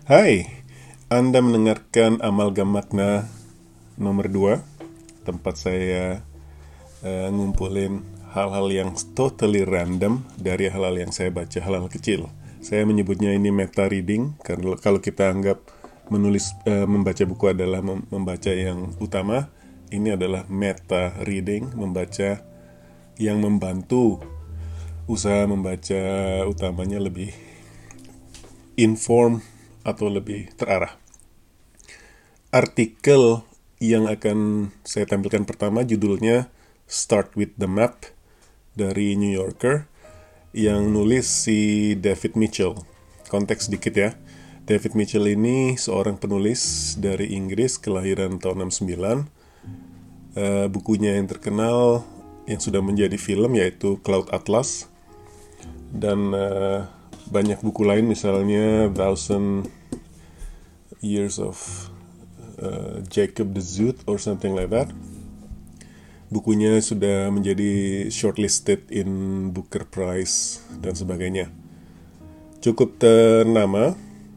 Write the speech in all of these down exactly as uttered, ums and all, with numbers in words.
Hai, Anda mendengarkan Amalgam Makna nomor dua, tempat saya eh, ngumpulin hal-hal yang totally random dari hal-hal yang saya baca, hal-hal kecil. Saya menyebutnya ini meta reading, karena kalau kita anggap menulis eh, membaca buku adalah mem- membaca yang utama, ini adalah meta reading, membaca yang membantu usaha membaca utamanya lebih inform atau lebih terarah. Artikel yang akan saya tampilkan pertama judulnya Start with the Map dari New Yorker, yang nulis si David Mitchell. Konteks sedikit ya. David Mitchell ini seorang penulis dari Inggris, kelahiran tahun enam puluh sembilan. Uh, bukunya yang terkenal yang sudah menjadi film yaitu Cloud Atlas, dan uh, banyak buku lain, misalnya Thousand Years of uh, Jacob the Zoot or something like that. Bukunya sudah menjadi shortlisted in Booker Prize dan sebagainya. Cukup ternama.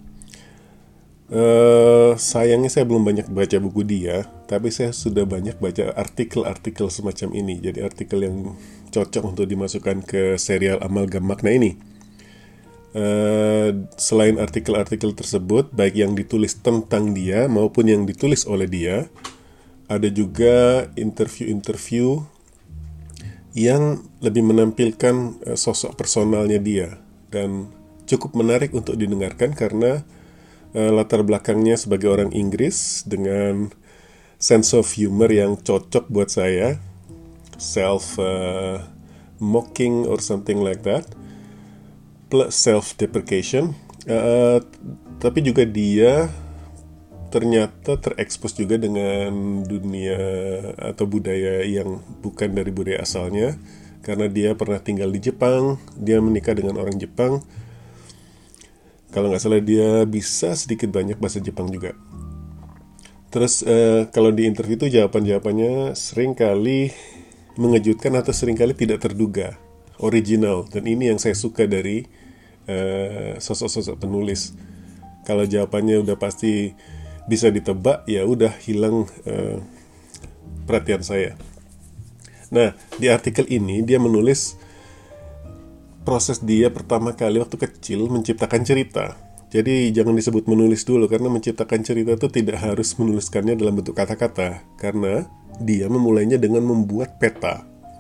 Uh, sayangnya saya belum banyak baca buku dia, tapi saya sudah banyak baca artikel-artikel semacam ini. Jadi artikel yang cocok untuk dimasukkan ke serial Amalgam Makna ini. Uh, selain artikel-artikel tersebut, baik yang ditulis tentang dia maupun yang ditulis oleh dia, ada juga interview-interview yang lebih menampilkan uh, sosok personalnya dia, dan cukup menarik untuk didengarkan karena uh, latar belakangnya sebagai orang Inggris dengan sense of humor yang cocok buat saya, self uh, mocking or something like that, plus self-deprecation, uh, tapi juga dia ternyata terekspos juga dengan dunia atau budaya yang bukan dari budaya asalnya, karena dia pernah tinggal di Jepang, dia menikah dengan orang Jepang. Kalau nggak salah dia bisa sedikit banyak bahasa Jepang juga. Terus uh, kalau di interview itu jawaban-jawabannya seringkali mengejutkan atau seringkali tidak terduga, original, dan ini yang saya suka dari uh, sosok-sosok penulis. Kalau jawabannya udah pasti bisa ditebak, ya udah hilang uh, perhatian saya. Nah, di artikel ini dia menulis proses dia pertama kali waktu kecil menciptakan cerita. Jadi jangan disebut menulis dulu, karena menciptakan cerita itu tidak harus menuliskannya dalam bentuk kata-kata, karena dia memulainya dengan membuat peta.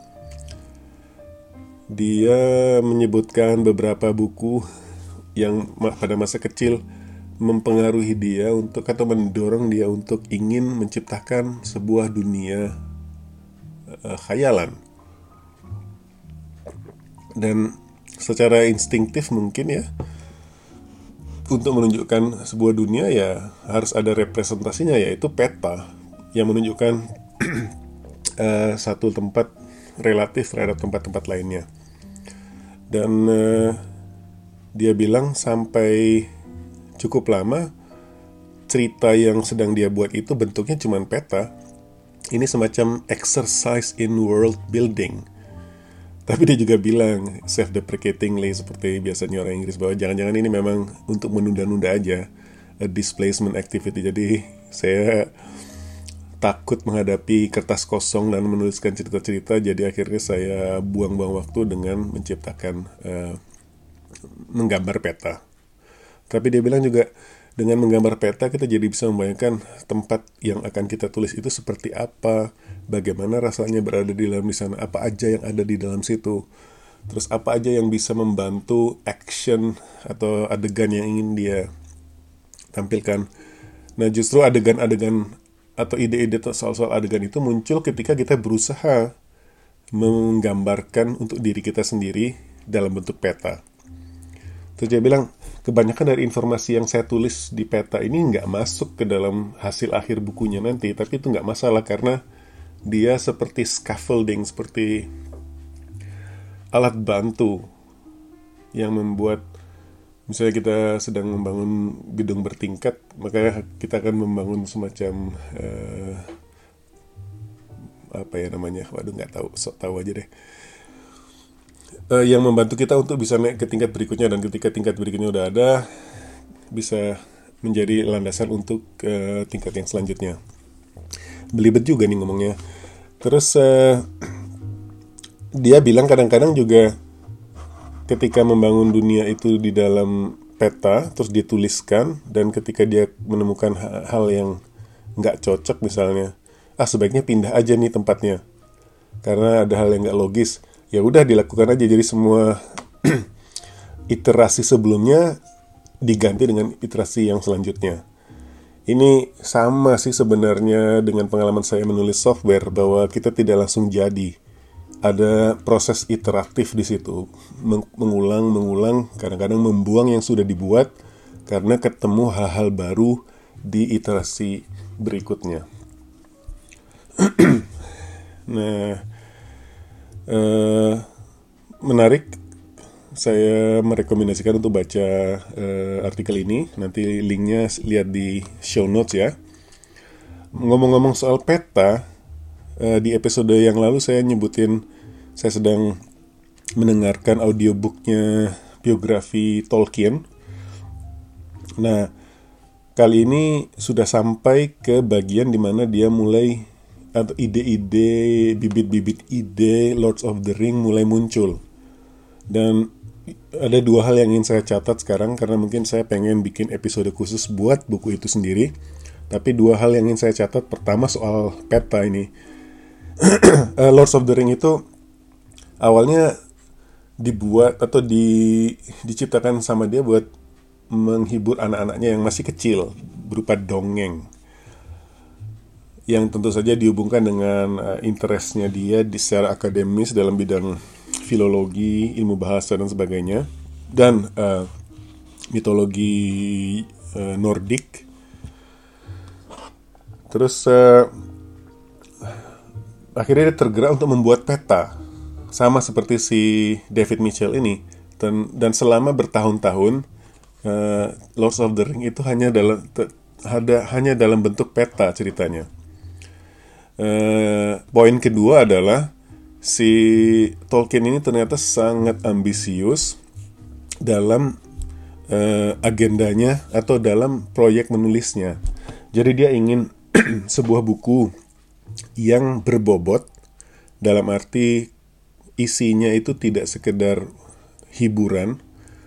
Dia menyebutkan beberapa buku yang pada masa kecil mempengaruhi dia untuk atau mendorong dia untuk ingin menciptakan sebuah dunia uh, khayalan. Dan secara instingtif mungkin ya, untuk menunjukkan sebuah dunia ya harus ada representasinya, yaitu peta yang menunjukkan uh, satu tempat relatif terhadap tempat-tempat lainnya. Dan uh, dia bilang sampai cukup lama cerita yang sedang dia buat itu bentuknya cuma peta. Ini semacam exercise in world building. Tapi dia juga bilang self-deprecatingly seperti biasanya orang Inggris, bahwa jangan-jangan ini memang untuk menunda-nunda aja, a displacement activity. Jadi saya takut menghadapi kertas kosong dan menuliskan cerita-cerita, jadi akhirnya saya buang-buang waktu dengan menciptakan uh, menggambar peta. Tapi dia bilang juga dengan menggambar peta kita jadi bisa membayangkan tempat yang akan kita tulis itu seperti apa, bagaimana rasanya berada di dalam di sana, apa aja yang ada di dalam situ, terus apa aja yang bisa membantu action atau adegan yang ingin dia tampilkan. Nah, justru adegan-adegan atau ide-ide soal-soal adegan itu muncul ketika kita berusaha menggambarkan untuk diri kita sendiri dalam bentuk peta. Terus dia bilang, kebanyakan dari informasi yang saya tulis di peta ini nggak masuk ke dalam hasil akhir bukunya nanti, tapi itu nggak masalah karena dia seperti scaffolding, seperti alat bantu yang membuat, misalnya kita sedang membangun gedung bertingkat, maka kita akan membangun semacam uh, apa ya namanya, waduh nggak tahu, sok tahu aja deh. Uh, yang membantu kita untuk bisa naik ke tingkat berikutnya, dan ketika tingkat berikutnya udah ada, bisa menjadi landasan untuk uh, tingkat yang selanjutnya. Belibet juga nih ngomongnya. Terus uh, dia bilang kadang-kadang juga ketika membangun dunia itu di dalam peta, terus dituliskan, dan ketika dia menemukan hal yang nggak cocok misalnya, ah sebaiknya pindah aja nih tempatnya, karena ada hal yang nggak logis. Ya udah dilakukan aja, jadi semua iterasi sebelumnya diganti dengan iterasi yang selanjutnya. Ini sama sih sebenarnya dengan pengalaman saya menulis software, bahwa kita tidak langsung jadi. Ada proses iteratif di situ, mengulang, mengulang, kadang-kadang membuang yang sudah dibuat karena ketemu hal-hal baru di iterasi berikutnya. Nah, eh, menarik. Saya merekomendasikan untuk baca uh, artikel ini. Nanti linknya lihat di show notes ya. Ngomong-ngomong soal peta, uh, di episode yang lalu saya nyebutin saya sedang mendengarkan audiobooknya biografi Tolkien. Nah, kali ini sudah sampai ke bagian dimana dia mulai, atau ide-ide, bibit-bibit ide Lord of the Ring mulai muncul. Dan ada dua hal yang ingin saya catat sekarang, karena mungkin saya pengen bikin episode khusus buat buku itu sendiri. Tapi dua hal yang ingin saya catat, pertama soal peta ini. Lords of the Ring itu awalnya dibuat atau di, diciptakan sama dia buat menghibur anak-anaknya yang masih kecil, berupa dongeng, yang tentu saja dihubungkan dengan uh, interestnya dia di secara akademis dalam bidang filologi, ilmu bahasa dan sebagainya, dan uh, mitologi uh, Nordik. Terus uh, akhirnya dia tergerak untuk membuat peta, sama seperti si David Mitchell ini. Dan, dan selama bertahun-tahun uh, Lords of the Ring itu hanya dalam te, ada hanya dalam bentuk peta ceritanya. Uh, poin kedua adalah si Tolkien ini ternyata sangat ambisius dalam uh, agendanya atau dalam proyek menulisnya. Jadi dia ingin sebuah buku yang berbobot, dalam arti isinya itu tidak sekedar hiburan.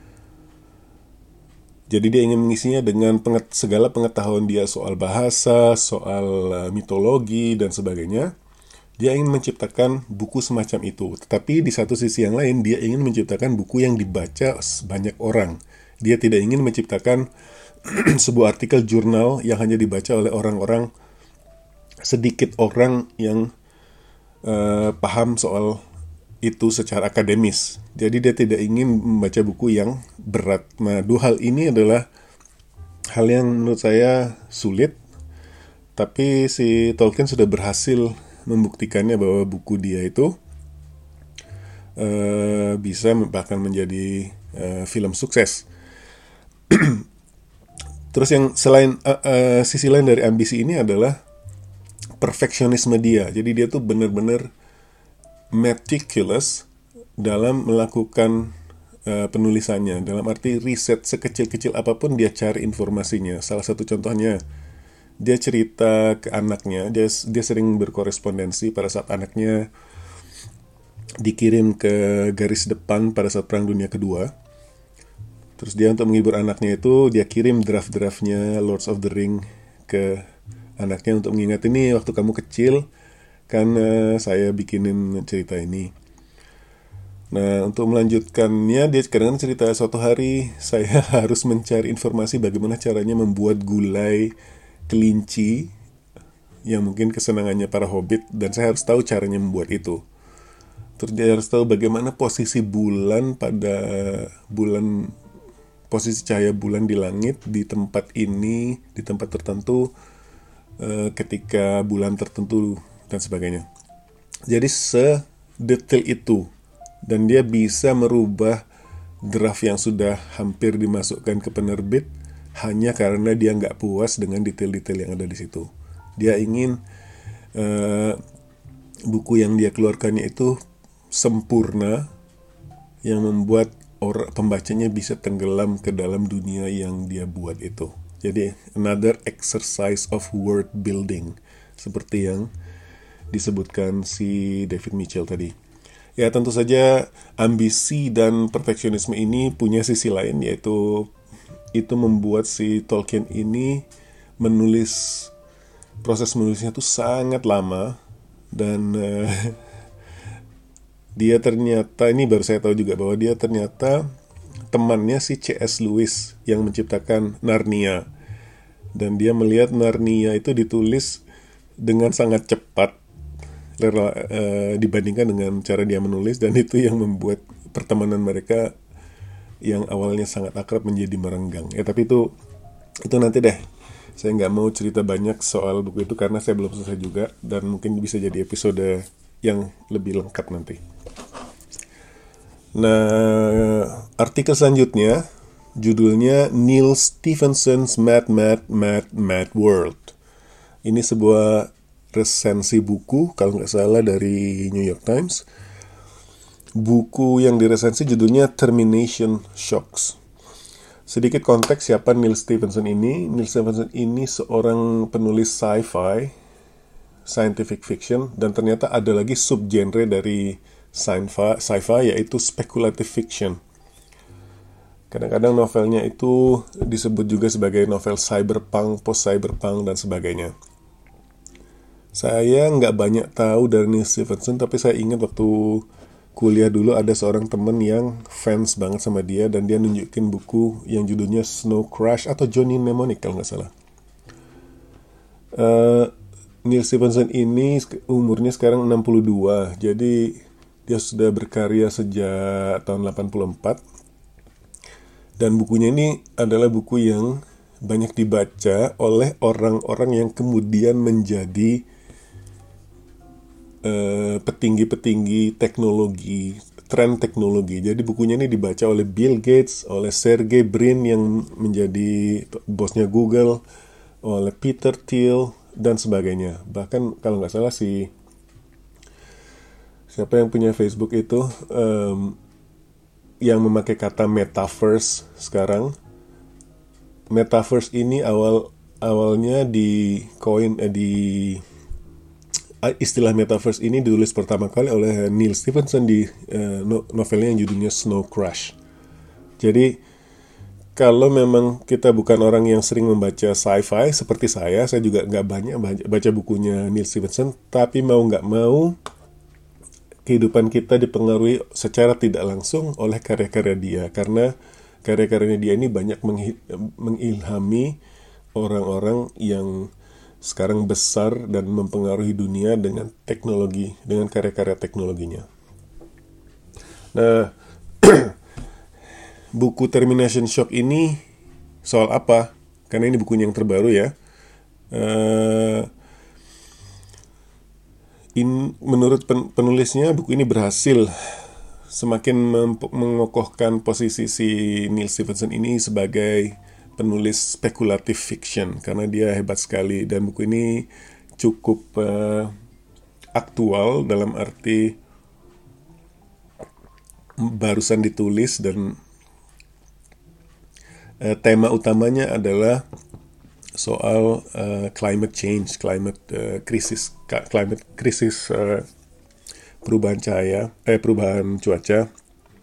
Jadi dia ingin mengisinya dengan penget- segala pengetahuan dia soal bahasa, soal uh, mitologi dan sebagainya. Dia ingin menciptakan buku semacam itu. Tetapi di satu sisi yang lain, dia ingin menciptakan buku yang dibaca banyak orang. Dia tidak ingin menciptakan sebuah artikel jurnal yang hanya dibaca oleh orang-orang, sedikit orang yang uh, paham soal itu secara akademis. Jadi dia tidak ingin membaca buku yang berat. Nah, dua hal ini adalah hal yang menurut saya sulit, tapi si Tolkien sudah berhasil membuktikannya bahwa buku dia itu uh, bisa bahkan menjadi uh, film sukses. Terus yang selain uh, uh, sisi lain dari ambisi ini adalah perfeksionisme dia. Jadi dia tuh benar-benar meticulous dalam melakukan uh, penulisannya. Dalam arti riset sekecil-kecil apapun dia cari informasinya. Salah satu contohnya, dia cerita ke anaknya, dia, dia sering berkorespondensi pada saat anaknya dikirim ke garis depan pada saat Perang Dunia Kedua. Terus dia untuk menghibur anaknya itu, dia kirim draft-draftnya Lords of the Ring ke anaknya untuk mengingat, ini waktu kamu kecil, kan uh, saya bikinin cerita ini. Nah, untuk melanjutkannya, dia kadang-kadang cerita, suatu hari saya harus mencari informasi bagaimana caranya membuat gulai kelinci yang mungkin kesenangannya para hobbit, dan saya harus tahu caranya membuat itu. Terus dia harus tahu bagaimana posisi bulan pada bulan, posisi cahaya bulan di langit di tempat ini, di tempat tertentu, eh, ketika bulan tertentu dan sebagainya. Jadi sedetail itu, dan dia bisa merubah draft yang sudah hampir dimasukkan ke penerbit hanya karena dia nggak puas dengan detail-detail yang ada di situ. Dia ingin uh, buku yang dia keluarkannya itu sempurna, yang membuat orang pembacanya bisa tenggelam ke dalam dunia yang dia buat itu. Jadi another exercise of word building, seperti yang disebutkan si David Mitchell tadi. Ya tentu saja ambisi dan perfeksionisme ini punya sisi lain, yaitu itu membuat si Tolkien ini menulis, proses menulisnya tuh sangat lama. Dan uh, dia ternyata, ini baru saya tahu juga, bahwa dia ternyata temannya si C S Lewis yang menciptakan Narnia. Dan dia melihat Narnia itu ditulis dengan sangat cepat uh, dibandingkan dengan cara dia menulis, dan itu yang membuat pertemanan mereka yang awalnya sangat akrab menjadi merenggang. Ya tapi itu itu nanti deh. Saya nggak mau cerita banyak soal buku itu karena saya belum selesai juga, dan mungkin bisa jadi episode yang lebih lengkap nanti. Nah, artikel selanjutnya judulnya Neil Stephenson's Mad Mad Mad Mad World. Ini sebuah resensi buku kalau nggak salah dari New York Times. Buku yang diresensi judulnya Termination Shocks. Sedikit konteks siapa Neil Stephenson ini. Neil Stephenson ini seorang penulis sci-fi, scientific fiction, dan ternyata ada lagi subgenre dari sci-fi, yaitu speculative fiction. Kadang-kadang novelnya itu disebut juga sebagai novel cyberpunk, post-cyberpunk, dan sebagainya. Saya nggak banyak tahu dari Neil Stephenson, tapi saya ingat waktu kuliah dulu ada seorang temen yang fans banget sama dia, dan dia nunjukin buku yang judulnya Snow Crash atau Johnny Mnemonic kalau nggak salah. Uh, Neil Stephenson ini umurnya sekarang enam puluh dua, jadi dia sudah berkarya sejak tahun delapan puluh empat. Dan bukunya ini adalah buku yang banyak dibaca oleh orang-orang yang kemudian menjadi Uh, petinggi-petinggi teknologi, tren teknologi. Jadi bukunya ini dibaca oleh Bill Gates, oleh Sergey Brin yang menjadi bosnya Google, oleh Peter Thiel, dan sebagainya. Bahkan kalau nggak salah si siapa yang punya Facebook itu um, yang memakai kata metaverse sekarang. Metaverse ini awal awalnya di coin eh, di istilah metaverse ini ditulis pertama kali oleh Neil Stephenson di uh, novelnya yang judulnya Snow Crash. Jadi kalau memang kita bukan orang yang sering membaca sci-fi seperti saya, saya juga nggak banyak baca bukunya Neil Stephenson, tapi mau nggak mau kehidupan kita dipengaruhi secara tidak langsung oleh karya-karya dia, karena karya-karyanya dia ini banyak mengilhami orang-orang yang sekarang besar dan mempengaruhi dunia dengan teknologi, dengan karya-karya teknologinya. Nah, buku Termination Shock ini soal apa? Karena ini bukunya yang terbaru ya. Uh, in, menurut pen, penulisnya, buku ini berhasil semakin mem- mengokohkan posisi si Neil Stephenson ini sebagai penulis spekulatif fiction, karena dia hebat sekali, dan buku ini cukup uh, aktual dalam arti barusan ditulis, dan uh, tema utamanya adalah soal uh, climate change, climate uh, krisis, climate krisis, uh, perubahan cahaya, eh perubahan cuaca.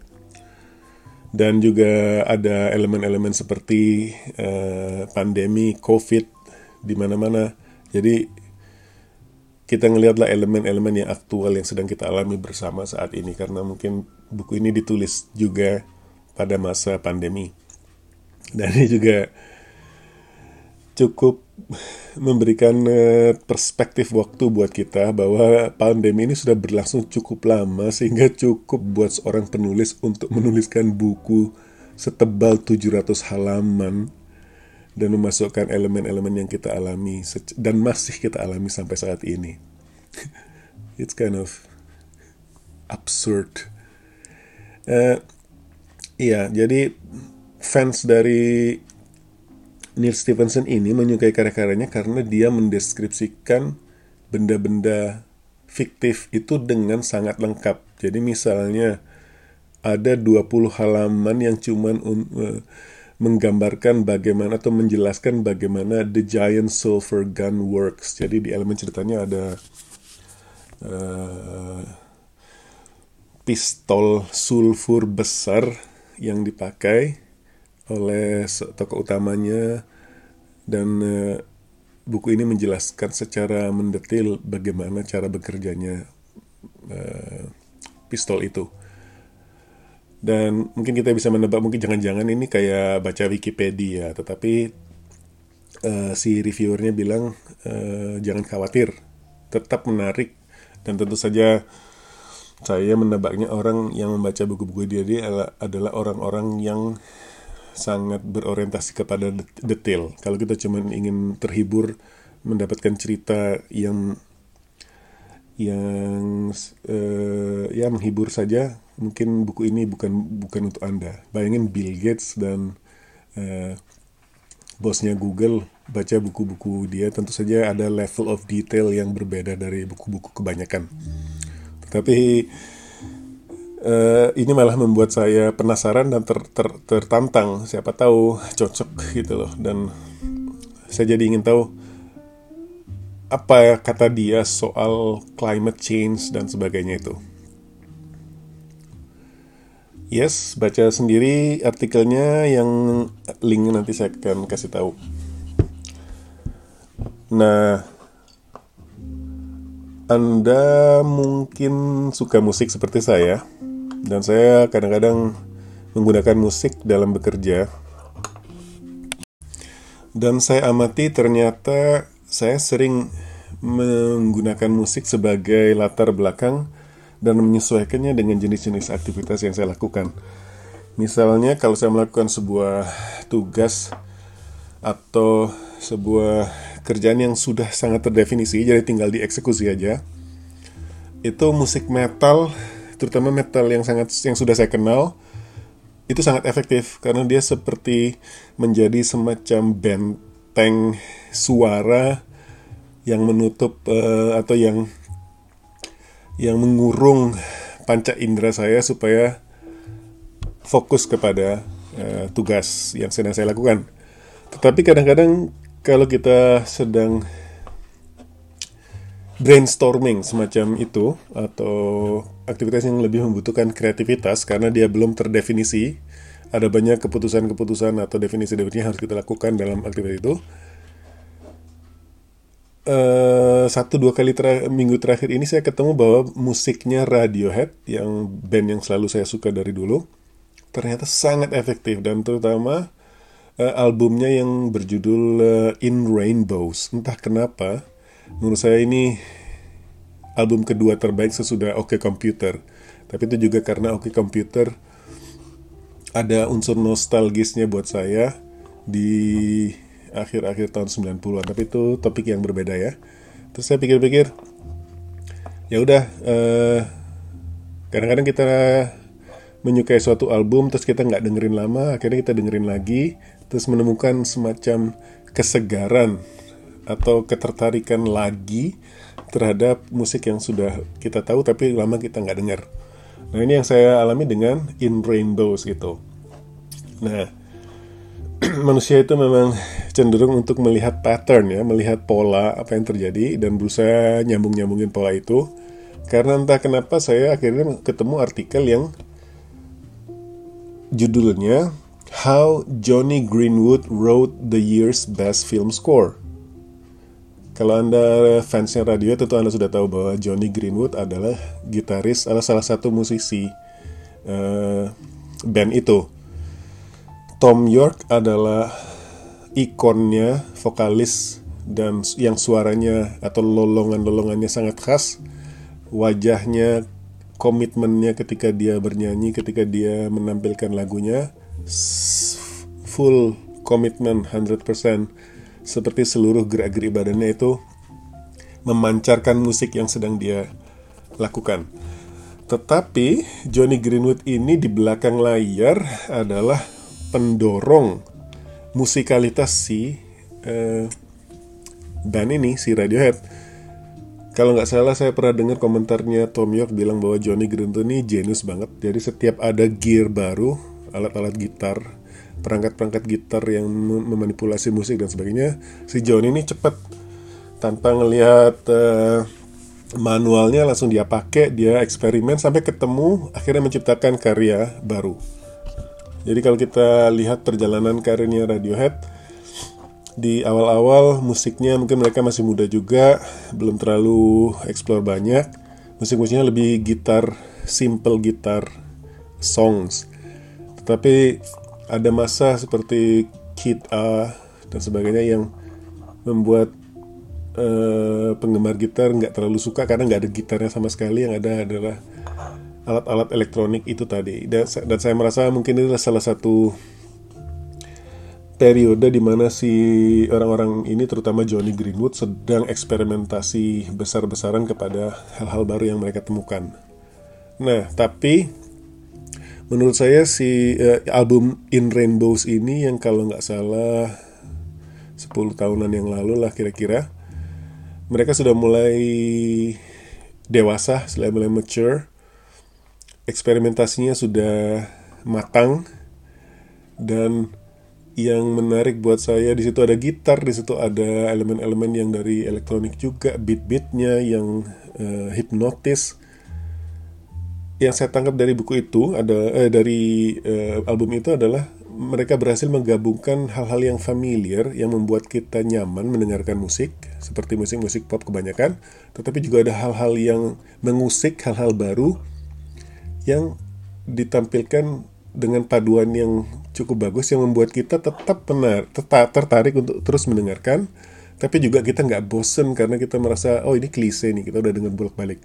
Dan juga ada elemen-elemen seperti uh, pandemi, COVID di mana-mana. Jadi kita ngelihatlah elemen-elemen yang aktual yang sedang kita alami bersama saat ini, karena mungkin buku ini ditulis juga pada masa pandemi. Dan ini juga cukup memberikan uh, perspektif waktu buat kita bahwa pandemi ini sudah berlangsung cukup lama, sehingga cukup buat seorang penulis untuk menuliskan buku setebal tujuh ratus halaman dan memasukkan elemen-elemen yang kita alami dan masih kita alami sampai saat ini. It's kind of absurd. Uh, iya, jadi fans dari Neil Stephenson ini menyukai karya-karyanya karena dia mendeskripsikan benda-benda fiktif itu dengan sangat lengkap. Jadi misalnya ada dua puluh halaman yang cuman uh, menggambarkan bagaimana atau menjelaskan bagaimana The Giant Sulfur Gun works. Jadi di elemen ceritanya ada uh, pistol sulfur besar yang dipakai oleh tokoh utamanya, dan uh, buku ini menjelaskan secara mendetil bagaimana cara bekerjanya uh, pistol itu. Dan mungkin kita bisa menebak, mungkin jangan-jangan ini kayak baca Wikipedia, tetapi uh, si reviewernya bilang uh, jangan khawatir, tetap menarik. Dan tentu saja saya menebaknya orang yang membaca buku-buku dia, dia adalah orang-orang yang sangat berorientasi kepada detail. Kalau kita cuma ingin terhibur, mendapatkan cerita yang yang uh, ya menghibur saja, mungkin buku ini bukan bukan untuk Anda. Bayangin Bill Gates dan uh, bosnya Google baca buku-buku dia, tentu saja ada level of detail yang berbeda dari buku-buku kebanyakan. Tapi uh, ini malah membuat saya penasaran dan ter, ter, tertantang. Siapa tahu cocok gitu loh. Dan saya jadi ingin tahu apa kata dia soal climate change dan sebagainya itu. Yes, baca sendiri artikelnya, yang link nanti saya akan kasih tahu. Nah, Anda mungkin suka musik seperti saya, dan saya kadang-kadang menggunakan musik dalam bekerja. Dan saya amati ternyata saya sering menggunakan musik sebagai latar belakang dan menyesuaikannya dengan jenis-jenis aktivitas yang saya lakukan. Misalnya kalau saya melakukan sebuah tugas atau sebuah kerjaan yang sudah sangat terdefinisi, jadi tinggal dieksekusi aja, itu musik metal, terutama metal yang sangat yang sudah saya kenal, itu sangat efektif karena dia seperti menjadi semacam benteng suara yang menutup uh, atau yang yang mengurung panca indera saya supaya fokus kepada uh, tugas yang sedang saya lakukan. Tetapi kadang-kadang kalau kita sedang brainstorming semacam itu, atau aktivitas yang lebih membutuhkan kreativitas karena dia belum terdefinisi, ada banyak keputusan-keputusan atau definisi-definisi yang harus kita lakukan dalam aktivitas itu. Uh, satu dua kali ter- minggu terakhir ini saya ketemu bahwa musiknya Radiohead, yang band yang selalu saya suka dari dulu, ternyata sangat efektif, dan terutama uh, albumnya yang berjudul uh, In Rainbows. Entah kenapa, menurut saya ini album kedua terbaik sesudah OK Computer. Tapi itu juga karena OK Computer ada unsur nostalgisnya buat saya di akhir-akhir tahun sembilan puluhan, tapi itu topik yang berbeda ya. Terus saya pikir-pikir, ya udah, eh, kadang-kadang kita menyukai suatu album terus kita nggak dengerin lama, akhirnya kita dengerin lagi, terus menemukan semacam kesegaran atau ketertarikan lagi terhadap musik yang sudah kita tahu tapi lama kita nggak dengar. Nah, ini yang saya alami dengan In Rainbows gitu. Nah, manusia itu memang cenderung untuk melihat pattern ya, melihat pola apa yang terjadi dan berusaha nyambung-nyambungin pola itu. Karena entah kenapa saya akhirnya ketemu artikel yang judulnya How Johnny Greenwood Wrote the Year's Best Film Score. Kalau Anda fansnya radio, tentu Anda sudah tahu bahwa Johnny Greenwood adalah gitaris, adalah salah satu musisi uh, band itu. Tom York adalah ikonnya, vokalis dan yang suaranya atau lolongan-lolongannya sangat khas. Wajahnya, komitmennya ketika dia bernyanyi, ketika dia menampilkan lagunya, full komitmen seratus persen. Seperti seluruh gerak-gerik badannya itu memancarkan musik yang sedang dia lakukan. Tetapi Johnny Greenwood ini di belakang layar adalah pendorong musikalitas si uh, band ini, si Radiohead. Kalau nggak salah saya pernah dengar komentarnya Tom York bilang bahwa Johnny Greenwood ini jenius banget. Jadi setiap ada gear baru, alat-alat gitar perangkat-perangkat gitar yang memanipulasi musik dan sebagainya. Si John ini cepat, tanpa ngelihat uh, manualnya langsung dia pakai, dia eksperimen sampai ketemu, akhirnya menciptakan karya baru. Jadi kalau kita lihat perjalanan karirnya Radiohead, di awal-awal musiknya mungkin mereka masih muda juga, belum terlalu explore banyak. Musik-musiknya lebih gitar, simple gitar songs. Tetapi ada masa seperti Kid A dan sebagainya yang membuat uh, penggemar gitar nggak terlalu suka karena nggak ada gitarnya sama sekali. Yang ada adalah alat-alat elektronik itu tadi. Dan, dan saya merasa mungkin ini adalah salah satu periode di mana si orang-orang ini, terutama Jonny Greenwood, sedang eksperimentasi besar-besaran kepada hal-hal baru yang mereka temukan. Nah, tapi menurut saya si uh, album In Rainbows ini yang kalau nggak salah sepuluh tahunan yang lalu lah kira-kira, mereka sudah mulai dewasa, sudah mulai mature, eksperimentasinya sudah matang, dan yang menarik buat saya di situ ada gitar, di situ ada elemen-elemen yang dari elektronik juga, beat-beatnya yang uh, hipnotis. Yang saya tangkap dari buku itu ada eh, dari uh, album itu adalah mereka berhasil menggabungkan hal-hal yang familiar yang membuat kita nyaman mendengarkan musik, seperti musik-musik pop kebanyakan, tetapi juga ada hal-hal yang mengusik, hal-hal baru yang ditampilkan dengan paduan yang cukup bagus yang membuat kita tetap benar, tetap tertarik untuk terus mendengarkan, tapi juga kita nggak bosen karena kita merasa oh ini klise nih, kita udah dengar bolak-balik.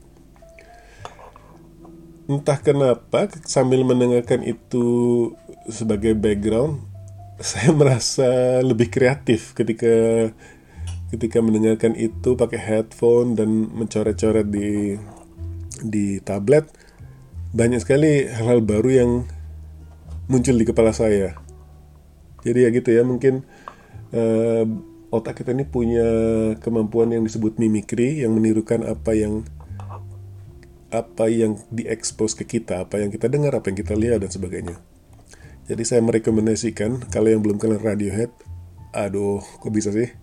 Entah kenapa sambil mendengarkan itu sebagai background, saya merasa lebih kreatif ketika ketika mendengarkan itu pakai headphone dan mencoret-coret di di tablet. Banyak sekali hal-hal baru yang muncul di kepala saya. Jadi ya gitu ya, mungkin uh, otak kita ini punya kemampuan yang disebut mimikri, yang menirukan apa yang apa yang diekspos ke kita, apa yang kita dengar, apa yang kita lihat dan sebagainya. Jadi saya merekomendasikan kalau yang belum kenal Radiohead, aduh kok bisa sih?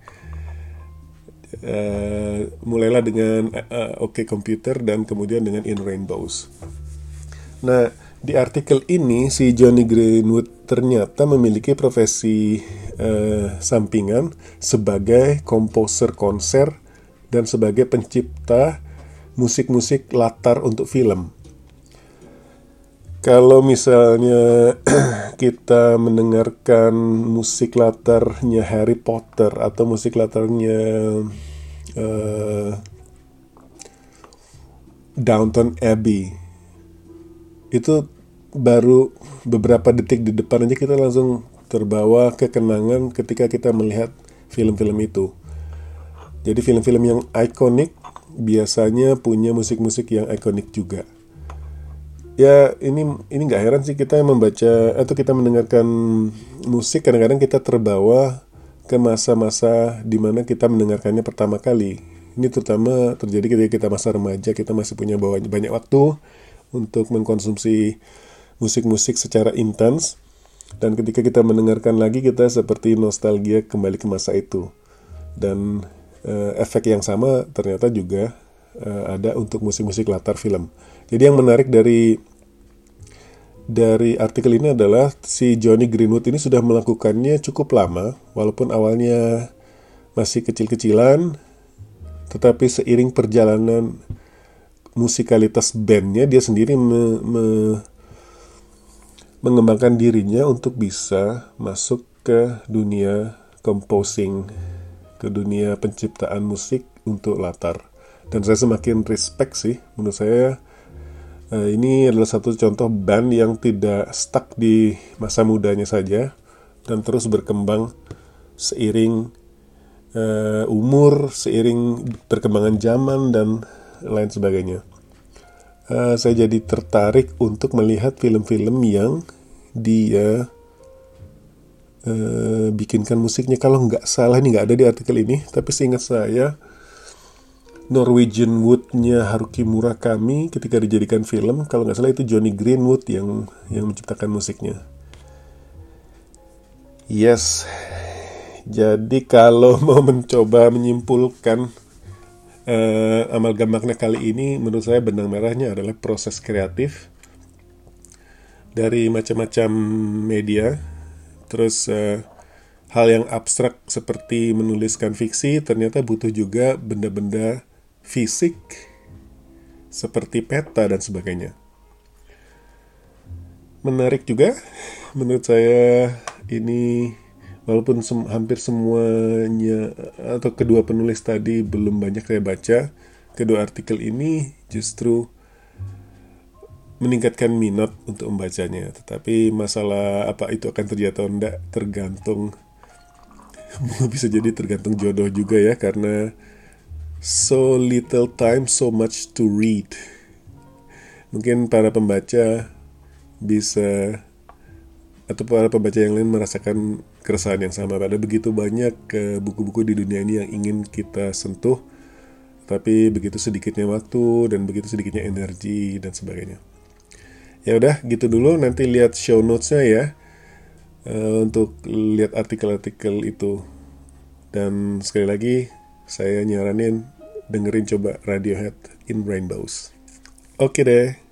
Uh, mulailah dengan uh, OK Computer dan kemudian dengan In Rainbows. Nah, di artikel ini si Jonny Greenwood ternyata memiliki profesi uh, sampingan sebagai komposer konser dan sebagai pencipta musik-musik latar untuk film. Kalau misalnya kita mendengarkan musik latarnya Harry Potter atau musik latarnya uh, Downton Abbey, itu baru beberapa detik di depan aja kita langsung terbawa ke kenangan ketika kita melihat film-film itu. Jadi film-film yang ikonik biasanya punya musik-musik yang ikonik juga. Ya ini ini nggak heran sih kita membaca atau kita mendengarkan musik, kadang-kadang kita terbawa ke masa-masa di mana kita mendengarkannya pertama kali. Ini terutama terjadi ketika kita masa remaja, kita masih punya banyak waktu untuk mengkonsumsi musik-musik secara intens, dan ketika kita mendengarkan lagi kita seperti nostalgia kembali ke masa itu. Dan uh, efek yang sama ternyata juga uh, ada untuk musik-musik latar film. Jadi yang menarik dari dari artikel ini adalah si Jonny Greenwood ini sudah melakukannya cukup lama, walaupun awalnya masih kecil-kecilan, tetapi seiring perjalanan musikalitas bandnya, dia sendiri me, me, mengembangkan dirinya untuk bisa masuk ke dunia composing, ke dunia penciptaan musik untuk latar. Dan saya semakin respect sih, menurut saya uh, ini adalah satu contoh band yang tidak stuck di masa mudanya saja dan terus berkembang seiring uh, umur, seiring perkembangan zaman dan lain sebagainya. Uh, saya jadi tertarik untuk melihat film-film yang dia uh, bikinkan musiknya. Kalau nggak salah, ini nggak ada di artikel ini, tapi seingat saya Norwegian Wood-nya Haruki Murakami ketika dijadikan film, kalau nggak salah itu Jonny Greenwood yang yang menciptakan musiknya. Yes, jadi kalau mau mencoba menyimpulkan uh, amalgam makna kali ini, menurut saya benang merahnya adalah proses kreatif dari macam-macam media. Terus uh, hal yang abstrak seperti menuliskan fiksi ternyata butuh juga benda-benda fisik seperti peta dan sebagainya. Menarik juga menurut saya ini, walaupun sem- hampir semuanya atau kedua penulis tadi belum banyak saya baca, kedua artikel ini justru meningkatkan minat untuk membacanya. Tetapi masalah apa itu akan terjadi atau tidak tergantung bisa jadi tergantung jodoh juga ya, karena so little time, so much to read. Mungkin para pembaca bisa, atau para pembaca yang lain merasakan keresahan yang sama. Ada begitu banyak uh, buku-buku di dunia ini yang ingin kita sentuh, tapi begitu sedikitnya waktu dan begitu sedikitnya energi dan sebagainya. Ya udah gitu dulu, nanti lihat show notes-nya ya uh, untuk lihat artikel-artikel itu. Dan sekali lagi saya nyaranin dengerin coba Radiohead In Rainbows. Oke deh.